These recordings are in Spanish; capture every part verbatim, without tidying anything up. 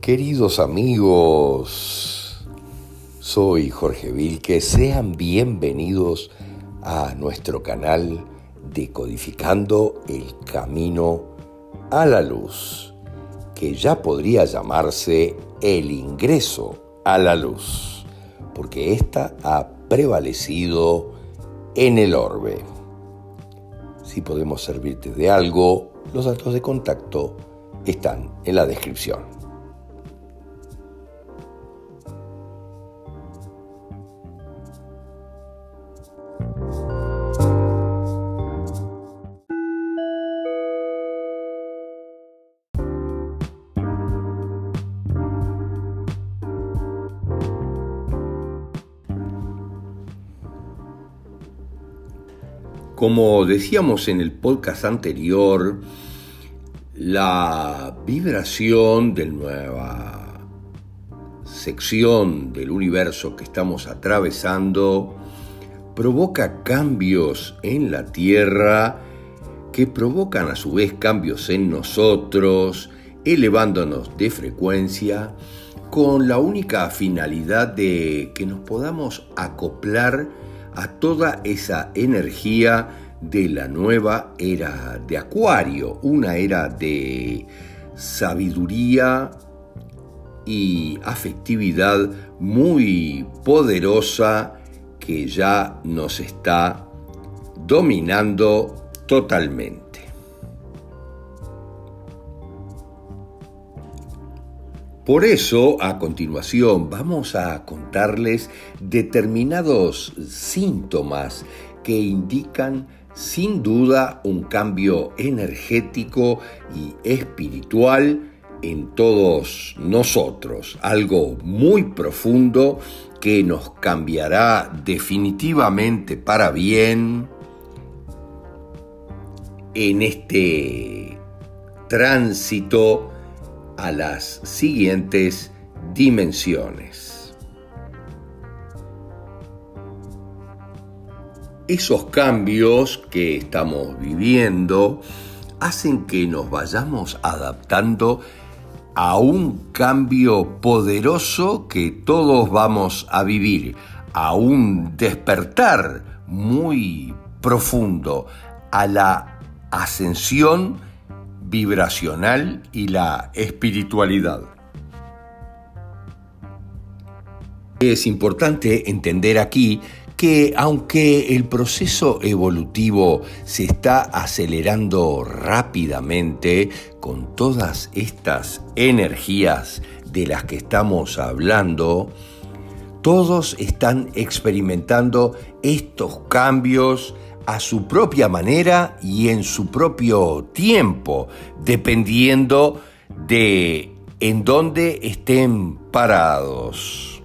Queridos amigos, soy Jorge Vilque, sean bienvenidos a nuestro canal Decodificando el Camino a la Luz, que ya podría llamarse el ingreso a la luz, porque ésta ha prevalecido en el orbe. Si podemos servirte de algo, los datos de contacto están en la descripción. Como decíamos en el podcast anterior, la vibración de la nueva sección del universo que estamos atravesando provoca cambios en la Tierra que provocan a su vez cambios en nosotros, elevándonos de frecuencia con la única finalidad de que nos podamos acoplar a toda esa energía de la nueva era de Acuario, una era de sabiduría y afectividad muy poderosa que ya nos está dominando totalmente. Por eso, a continuación, vamos a contarles determinados síntomas que indican sin duda un cambio energético y espiritual en todos nosotros, algo muy profundo que nos cambiará definitivamente para bien en este tránsito a las siguientes dimensiones. Esos cambios que estamos viviendo hacen que nos vayamos adaptando a un cambio poderoso que todos vamos a vivir, a un despertar muy profundo, a la ascensión vibracional y la espiritualidad. Es importante entender aquí que aunque el proceso evolutivo se está acelerando rápidamente con todas estas energías de las que estamos hablando, todos están experimentando estos cambios a su propia manera y en su propio tiempo, dependiendo de en dónde estén parados.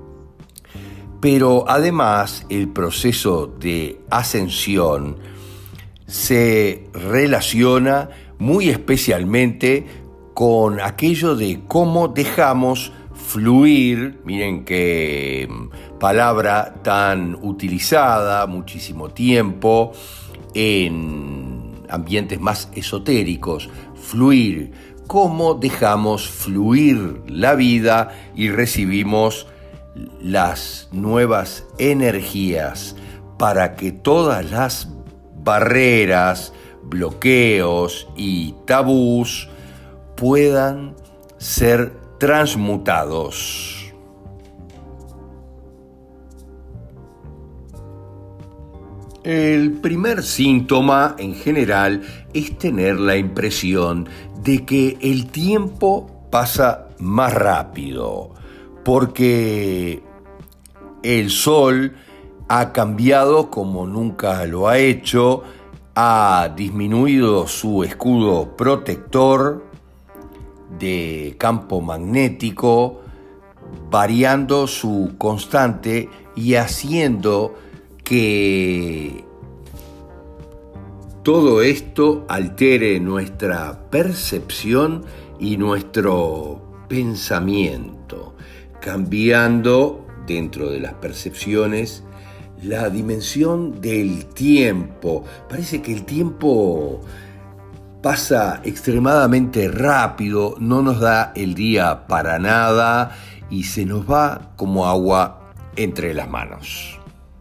Pero además el proceso de ascensión se relaciona muy especialmente con aquello de cómo dejamos fluir, miren qué palabra tan utilizada muchísimo tiempo en ambientes más esotéricos, fluir, cómo dejamos fluir la vida y recibimos las nuevas energías para que todas las barreras, bloqueos y tabús puedan ser transmutados. El primer síntoma en general es tener la impresión de que el tiempo pasa más rápido, porque el Sol ha cambiado como nunca lo ha hecho, ha disminuido su escudo protector de campo magnético, variando su constante y haciendo que todo esto altere nuestra percepción y nuestro pensamiento, cambiando dentro de las percepciones la dimensión del tiempo. Parece que el tiempo pasa extremadamente rápido, no nos da el día para nada y se nos va como agua entre las manos.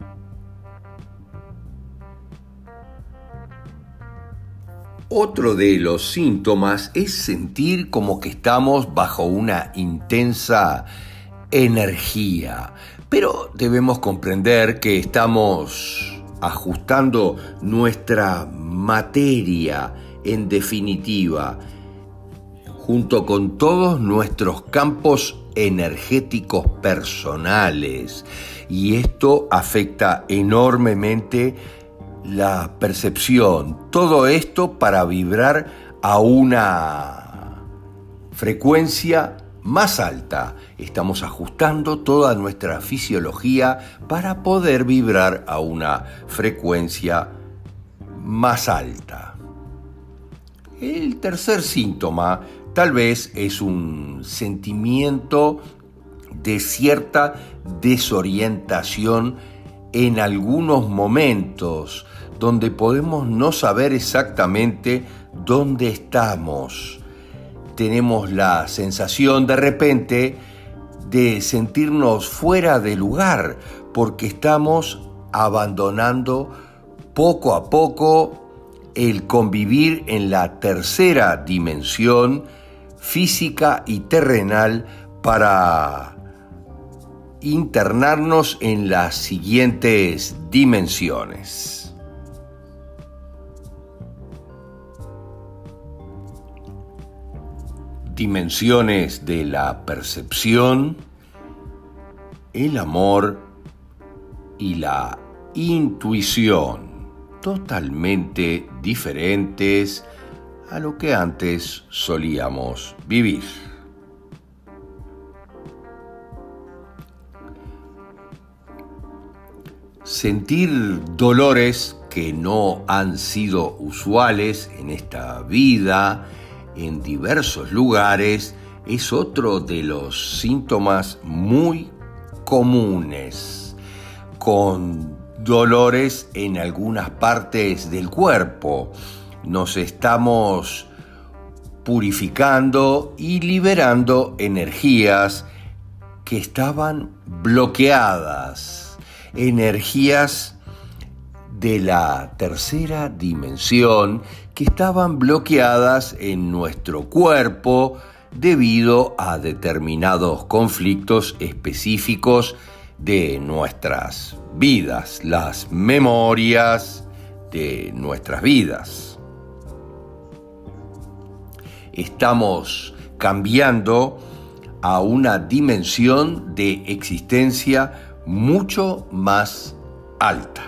Otro de los síntomas es sentir como que estamos bajo una intensa energía, pero debemos comprender que estamos ajustando nuestra materia, en definitiva, junto con todos nuestros campos energéticos personales, y esto afecta enormemente la percepción. Todo esto para vibrar a una frecuencia más alta. Estamos ajustando toda nuestra fisiología para poder vibrar a una frecuencia más alta. El tercer síntoma tal vez es un sentimiento de cierta desorientación en algunos momentos, donde podemos no saber exactamente dónde estamos. Tenemos la sensación de repente de sentirnos fuera de lugar, porque estamos abandonando poco a poco el convivir en la tercera dimensión física y terrenal para internarnos en las siguientes dimensiones. Dimensiones de la percepción, el amor y la intuición, totalmente diferentes a lo que antes solíamos vivir. Sentir dolores que no han sido usuales en esta vida, en diversos lugares, es otro de los síntomas muy comunes, con dolores en algunas partes del cuerpo. Nos estamos purificando y liberando energías que estaban bloqueadas, energías de la tercera dimensión que estaban bloqueadas en nuestro cuerpo debido a determinados conflictos específicos de nuestras vidas, las memorias de nuestras vidas. Estamos cambiando a una dimensión de existencia mucho más alta.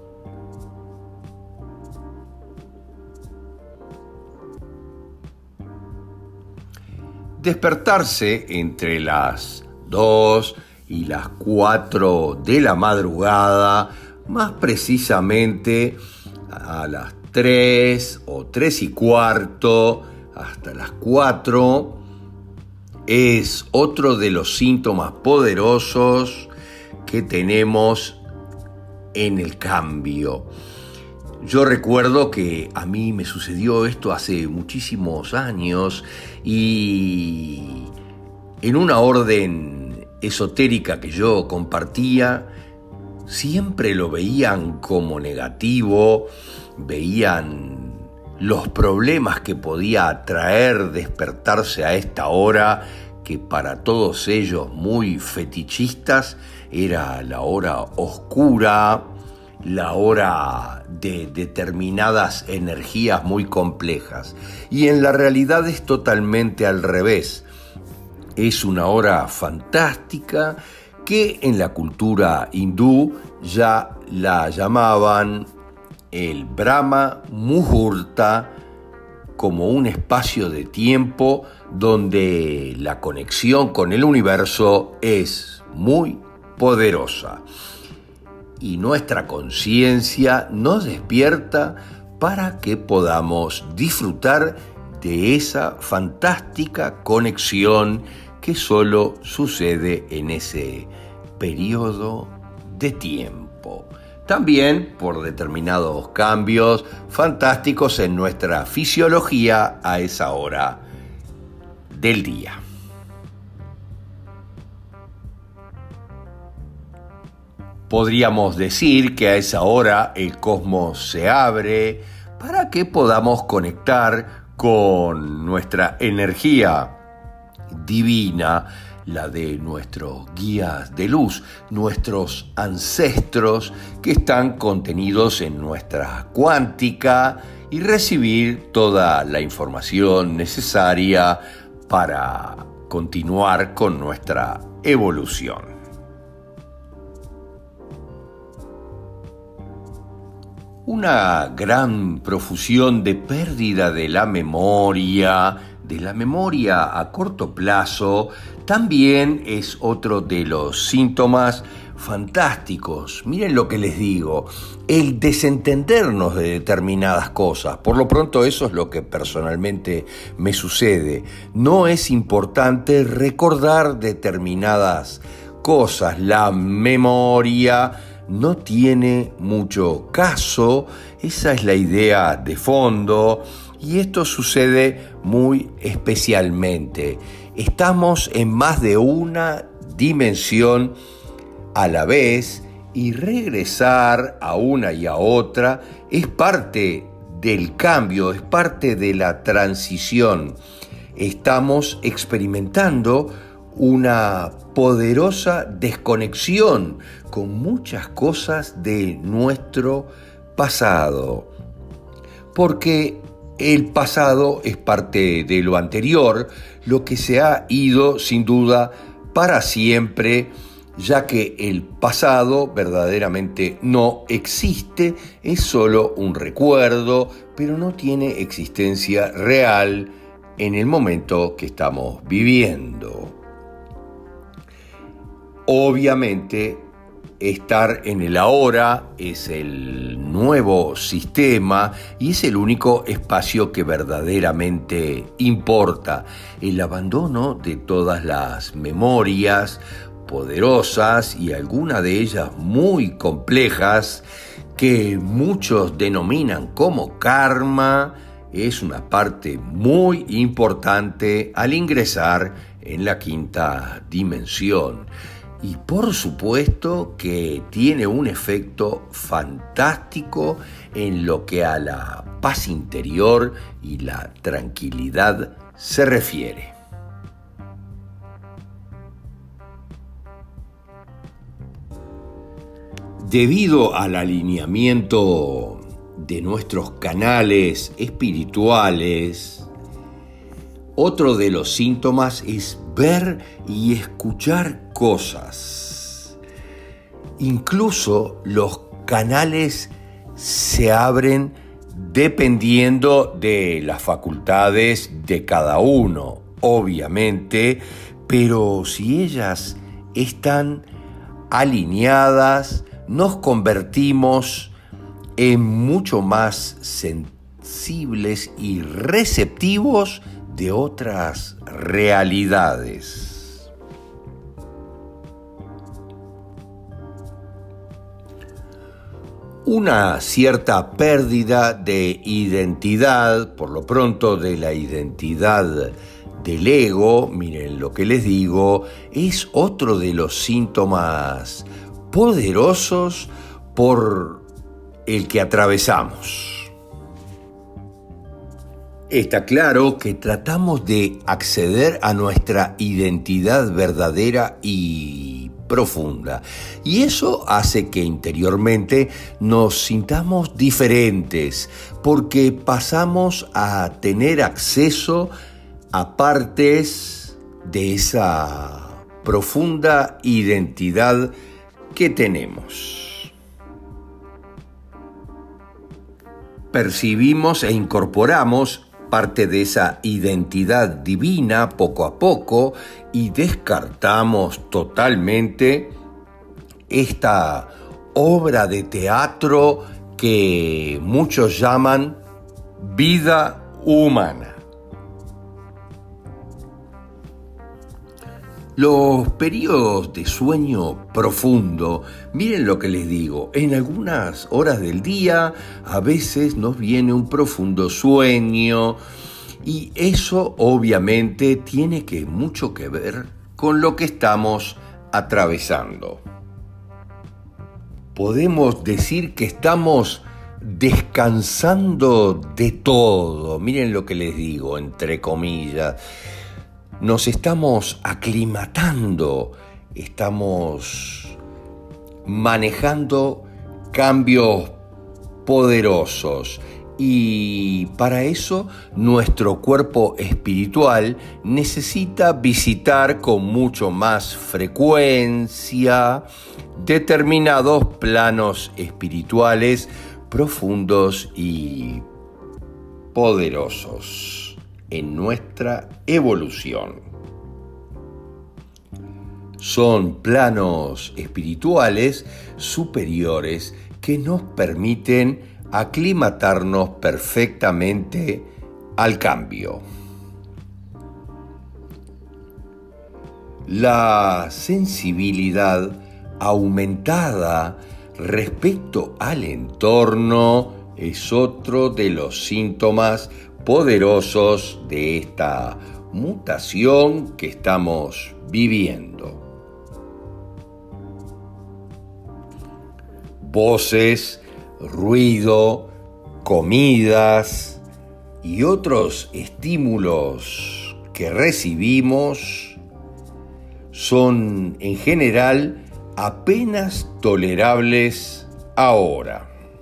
Despertarse entre las dos y las cuatro de la madrugada, más precisamente a las tres o tres y cuarto hasta las cuatro, es otro de los síntomas poderosos que tenemos en el cambio. Yo recuerdo que a mí me sucedió esto hace muchísimos años y en una orden esotérica que yo compartía, siempre lo veían como negativo, veían los problemas que podía traer despertarse a esta hora, que para todos ellos muy fetichistas era la hora oscura, la hora de determinadas energías muy complejas. Y en la realidad es totalmente al revés. Es una hora fantástica que en la cultura hindú ya la llamaban el Brahma Muhurta, como un espacio de tiempo donde la conexión con el universo es muy poderosa. Y nuestra conciencia nos despierta para que podamos disfrutar de esa fantástica conexión que solo sucede en ese periodo de tiempo. también por determinados cambios fantásticos en nuestra fisiología a esa hora del día. Podríamos decir que a esa hora el cosmos se abre para que podamos conectar con nuestra energía divina, la de nuestros guías de luz, nuestros ancestros que están contenidos en nuestra cuántica, y recibir toda la información necesaria para continuar con nuestra evolución. Una gran profusión de pérdida de la memoria, de la memoria a corto plazo, también es otro de los síntomas fantásticos. Miren lo que les digo, el desentendernos de determinadas cosas. Por lo pronto eso es lo que personalmente me sucede. No es importante recordar determinadas cosas. La memoria no tiene mucho caso, esa es la idea de fondo, y esto sucede muy especialmente. Estamos en más de una dimensión a la vez, y regresar a una y a otra es parte del cambio, es parte de la transición. Estamos experimentando una poderosa desconexión con muchas cosas de nuestro pasado, porque el pasado es parte de lo anterior, lo que se ha ido sin duda para siempre, ya que el pasado verdaderamente no existe, es solo un recuerdo, pero no tiene existencia real en el momento que estamos viviendo. Obviamente, estar en el ahora es el nuevo sistema y es el único espacio que verdaderamente importa. El abandono de todas las memorias poderosas y algunas de ellas muy complejas que muchos denominan como karma es una parte muy importante al ingresar en la quinta dimensión. Y por supuesto que tiene un efecto fantástico en lo que a la paz interior y la tranquilidad se refiere. Debido al alineamiento de nuestros canales espirituales, otro de los síntomas es ver y escuchar cosas. Incluso los canales se abren dependiendo de las facultades de cada uno, obviamente, pero si ellas están alineadas, nos convertimos en mucho más sensibles y receptivos de otras realidades. Una cierta pérdida de identidad, por lo pronto de la identidad del ego, miren lo que les digo, es otro de los síntomas poderosos por el que atravesamos. Está claro que tratamos de acceder a nuestra identidad verdadera y profunda, y eso hace que interiormente nos sintamos diferentes, porque pasamos a tener acceso a partes de esa profunda identidad que tenemos. Percibimos e incorporamos parte de esa identidad divina poco a poco y descartamos totalmente esta obra de teatro que muchos llaman vida humana. Los periodos de sueño profundo, miren lo que les digo, en algunas horas del día a veces nos viene un profundo sueño y eso obviamente tiene que mucho que ver con lo que estamos atravesando. Podemos decir que estamos descansando de todo, miren lo que les digo, entre comillas. Nos estamos aclimatando, estamos manejando cambios poderosos y para eso nuestro cuerpo espiritual necesita visitar con mucho más frecuencia determinados planos espirituales profundos y poderosos en nuestra evolución. Son planos espirituales superiores que nos permiten aclimatarnos perfectamente al cambio. La sensibilidad aumentada respecto al entorno es otro de los síntomas poderosos de esta mutación que estamos viviendo. Voces, ruido, comidas y otros estímulos que recibimos son en general apenas tolerables ahora.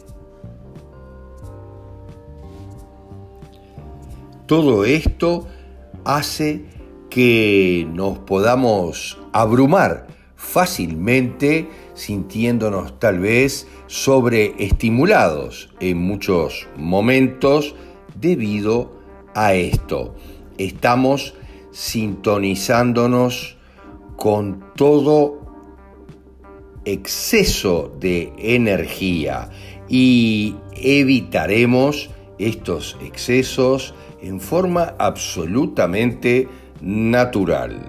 Todo esto hace que nos podamos abrumar fácilmente, sintiéndonos tal vez sobreestimulados en muchos momentos debido a esto. Estamos sintonizándonos con todo exceso de energía y evitaremos estos excesos en forma absolutamente natural.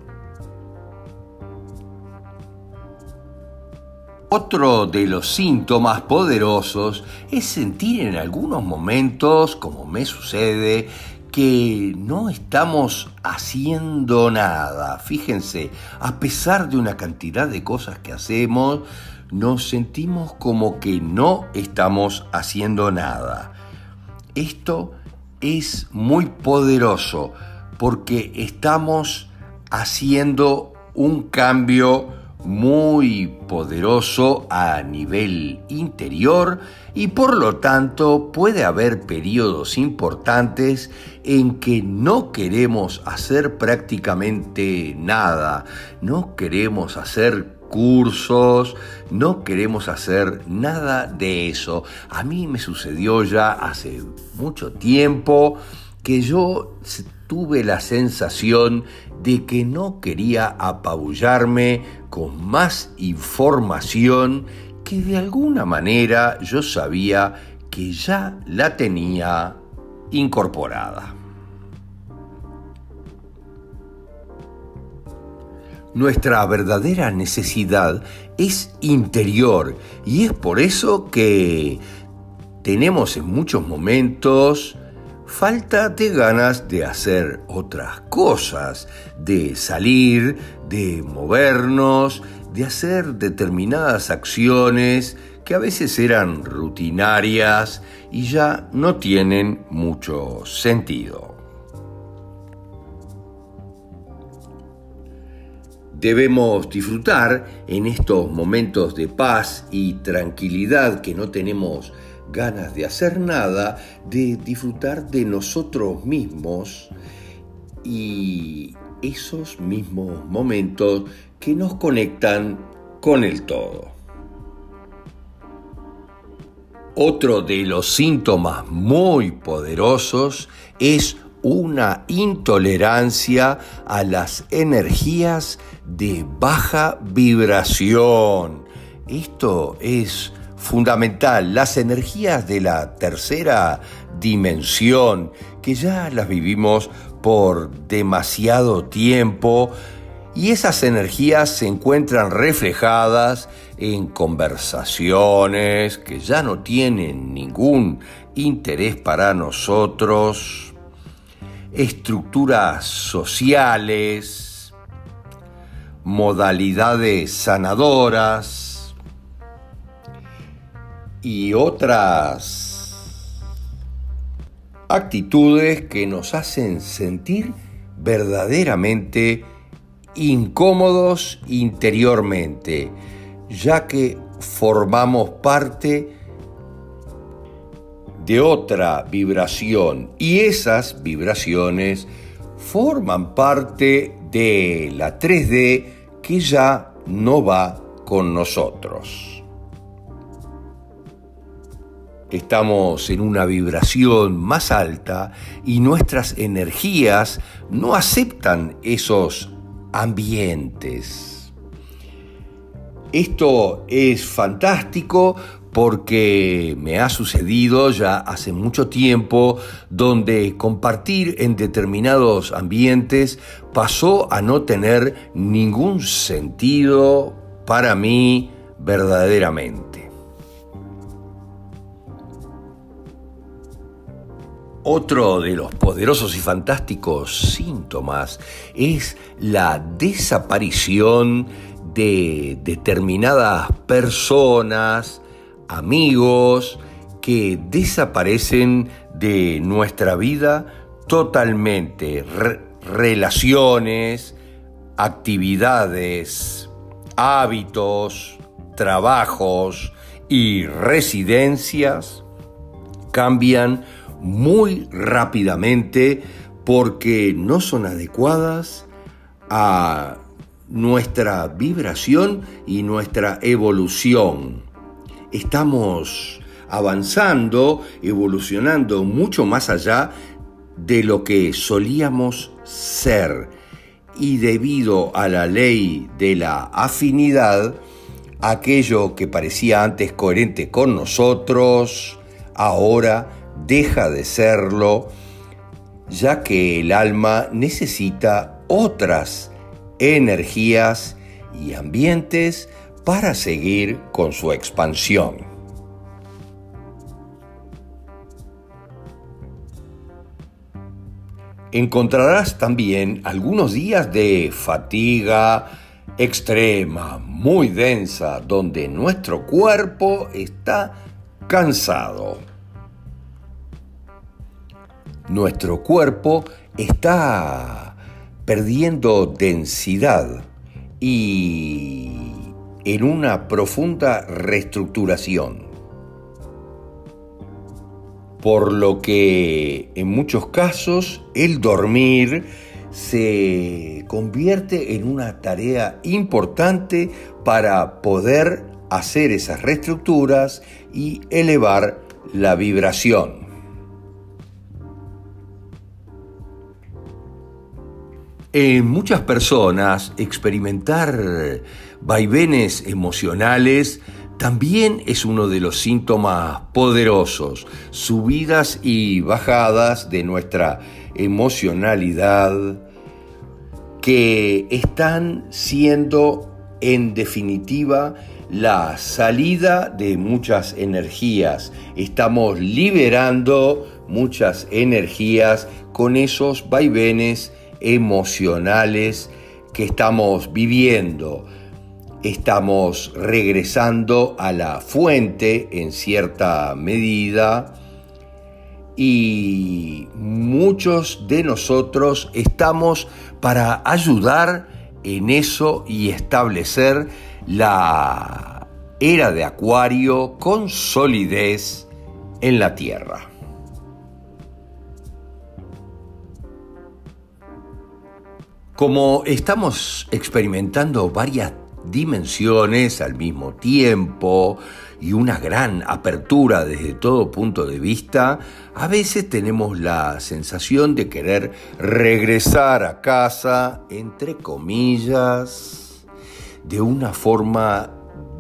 Otro de los síntomas poderosos es sentir en algunos momentos, como me sucede, que no estamos haciendo nada. Fíjense, a pesar de una cantidad de cosas que hacemos, nos sentimos como que no estamos haciendo nada. Esto es muy poderoso porque estamos haciendo un cambio muy poderoso a nivel interior y por lo tanto puede haber periodos importantes en que no queremos hacer prácticamente nada, no queremos hacer cursos, no queremos hacer nada de eso. A mí me sucedió ya hace mucho tiempo que yo tuve la sensación de que no quería apabullarme con más información que de alguna manera yo sabía que ya la tenía incorporada. Nuestra verdadera necesidad es interior y es por eso que tenemos en muchos momentos falta de ganas de hacer otras cosas, de salir, de movernos, de hacer determinadas acciones que a veces eran rutinarias y ya no tienen mucho sentido. Debemos disfrutar en estos momentos de paz y tranquilidad que no tenemos ganas de hacer nada, de disfrutar de nosotros mismos y esos mismos momentos que nos conectan con el todo. Otro de los síntomas muy poderosos es una intolerancia a las energías de baja vibración. Esto es fundamental. Las energías de la tercera dimensión, que ya las vivimos por demasiado tiempo, Y esas energías se encuentran reflejadas en conversaciones que ya no tienen ningún interés para nosotros, estructuras sociales, modalidades sanadoras y otras actitudes que nos hacen sentir verdaderamente incómodos interiormente, ya que formamos parte de otra vibración y esas vibraciones forman parte de la tres D que ya no va con nosotros. Estamos en una vibración más alta y nuestras energías no aceptan esos ambientes. Esto es fantástico porque me ha sucedido ya hace mucho tiempo donde compartir en determinados ambientes pasó a no tener ningún sentido para mí verdaderamente. Otro de los poderosos y fantásticos síntomas es la desaparición de determinadas personas, amigos, que desaparecen de nuestra vida totalmente. Re- relaciones, actividades, hábitos, trabajos y residencias cambian muy rápidamente porque no son adecuadas a nuestra vibración y nuestra evolución. Estamos avanzando, evolucionando mucho más allá de lo que solíamos ser, y debido a la ley de la afinidad, aquello que parecía antes coherente con nosotros, ahora deja de serlo, ya que el alma necesita otras energías y ambientes para seguir con su expansión. Encontrarás también algunos días de fatiga extrema, muy densa, donde nuestro cuerpo está cansado. Nuestro cuerpo está perdiendo densidad y en una profunda reestructuración. Por lo que en muchos casos el dormir se convierte en una tarea importante para poder hacer esas reestructuras y elevar la vibración. En muchas personas, experimentar vaivenes emocionales también es uno de los síntomas poderosos, subidas y bajadas de nuestra emocionalidad, que están siendo, en definitiva, la salida de muchas energías. Estamos liberando muchas energías con esos vaivenes emocionales que estamos viviendo. Estamos regresando a la fuente en cierta medida y muchos de nosotros estamos para ayudar en eso y establecer la era de Acuario con solidez en la Tierra. Como estamos experimentando varias dimensiones al mismo tiempo y una gran apertura desde todo punto de vista, a veces tenemos la sensación de querer regresar a casa, entre comillas, de una forma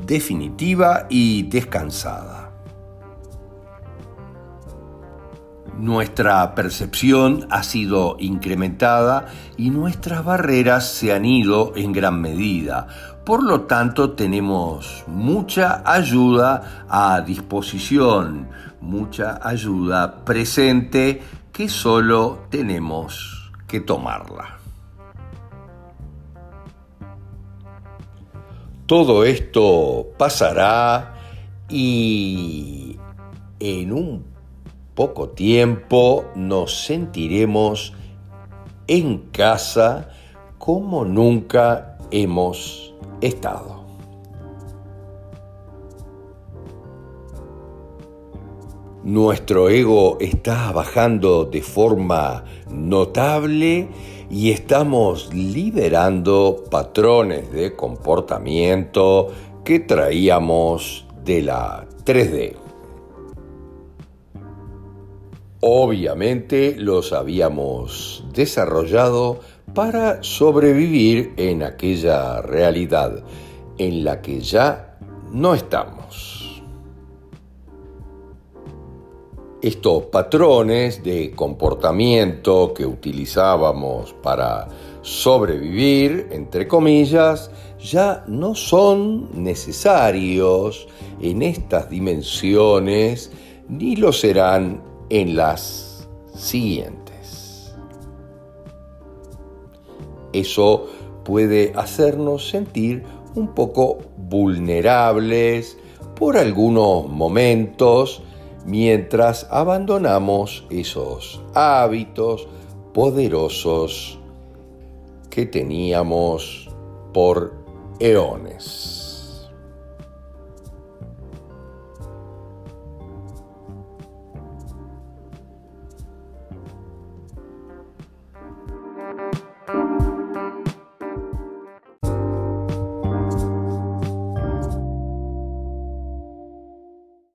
definitiva y descansada. Nuestra percepción ha sido incrementada y nuestras barreras se han ido en gran medida. Por lo tanto, tenemos mucha ayuda a disposición, mucha ayuda presente que solo tenemos que tomarla. Todo esto pasará y en un poco tiempo nos sentiremos en casa como nunca hemos estado. Nuestro ego está bajando de forma notable y estamos liberando patrones de comportamiento que traíamos de la tres D. Obviamente los habíamos desarrollado para sobrevivir en aquella realidad en la que ya no estamos. Estos patrones de comportamiento que utilizábamos para sobrevivir, entre comillas, ya no son necesarios en estas dimensiones ni lo serán en las siguientes. Eso puede hacernos sentir un poco vulnerables por algunos momentos mientras abandonamos esos hábitos poderosos que teníamos por eones.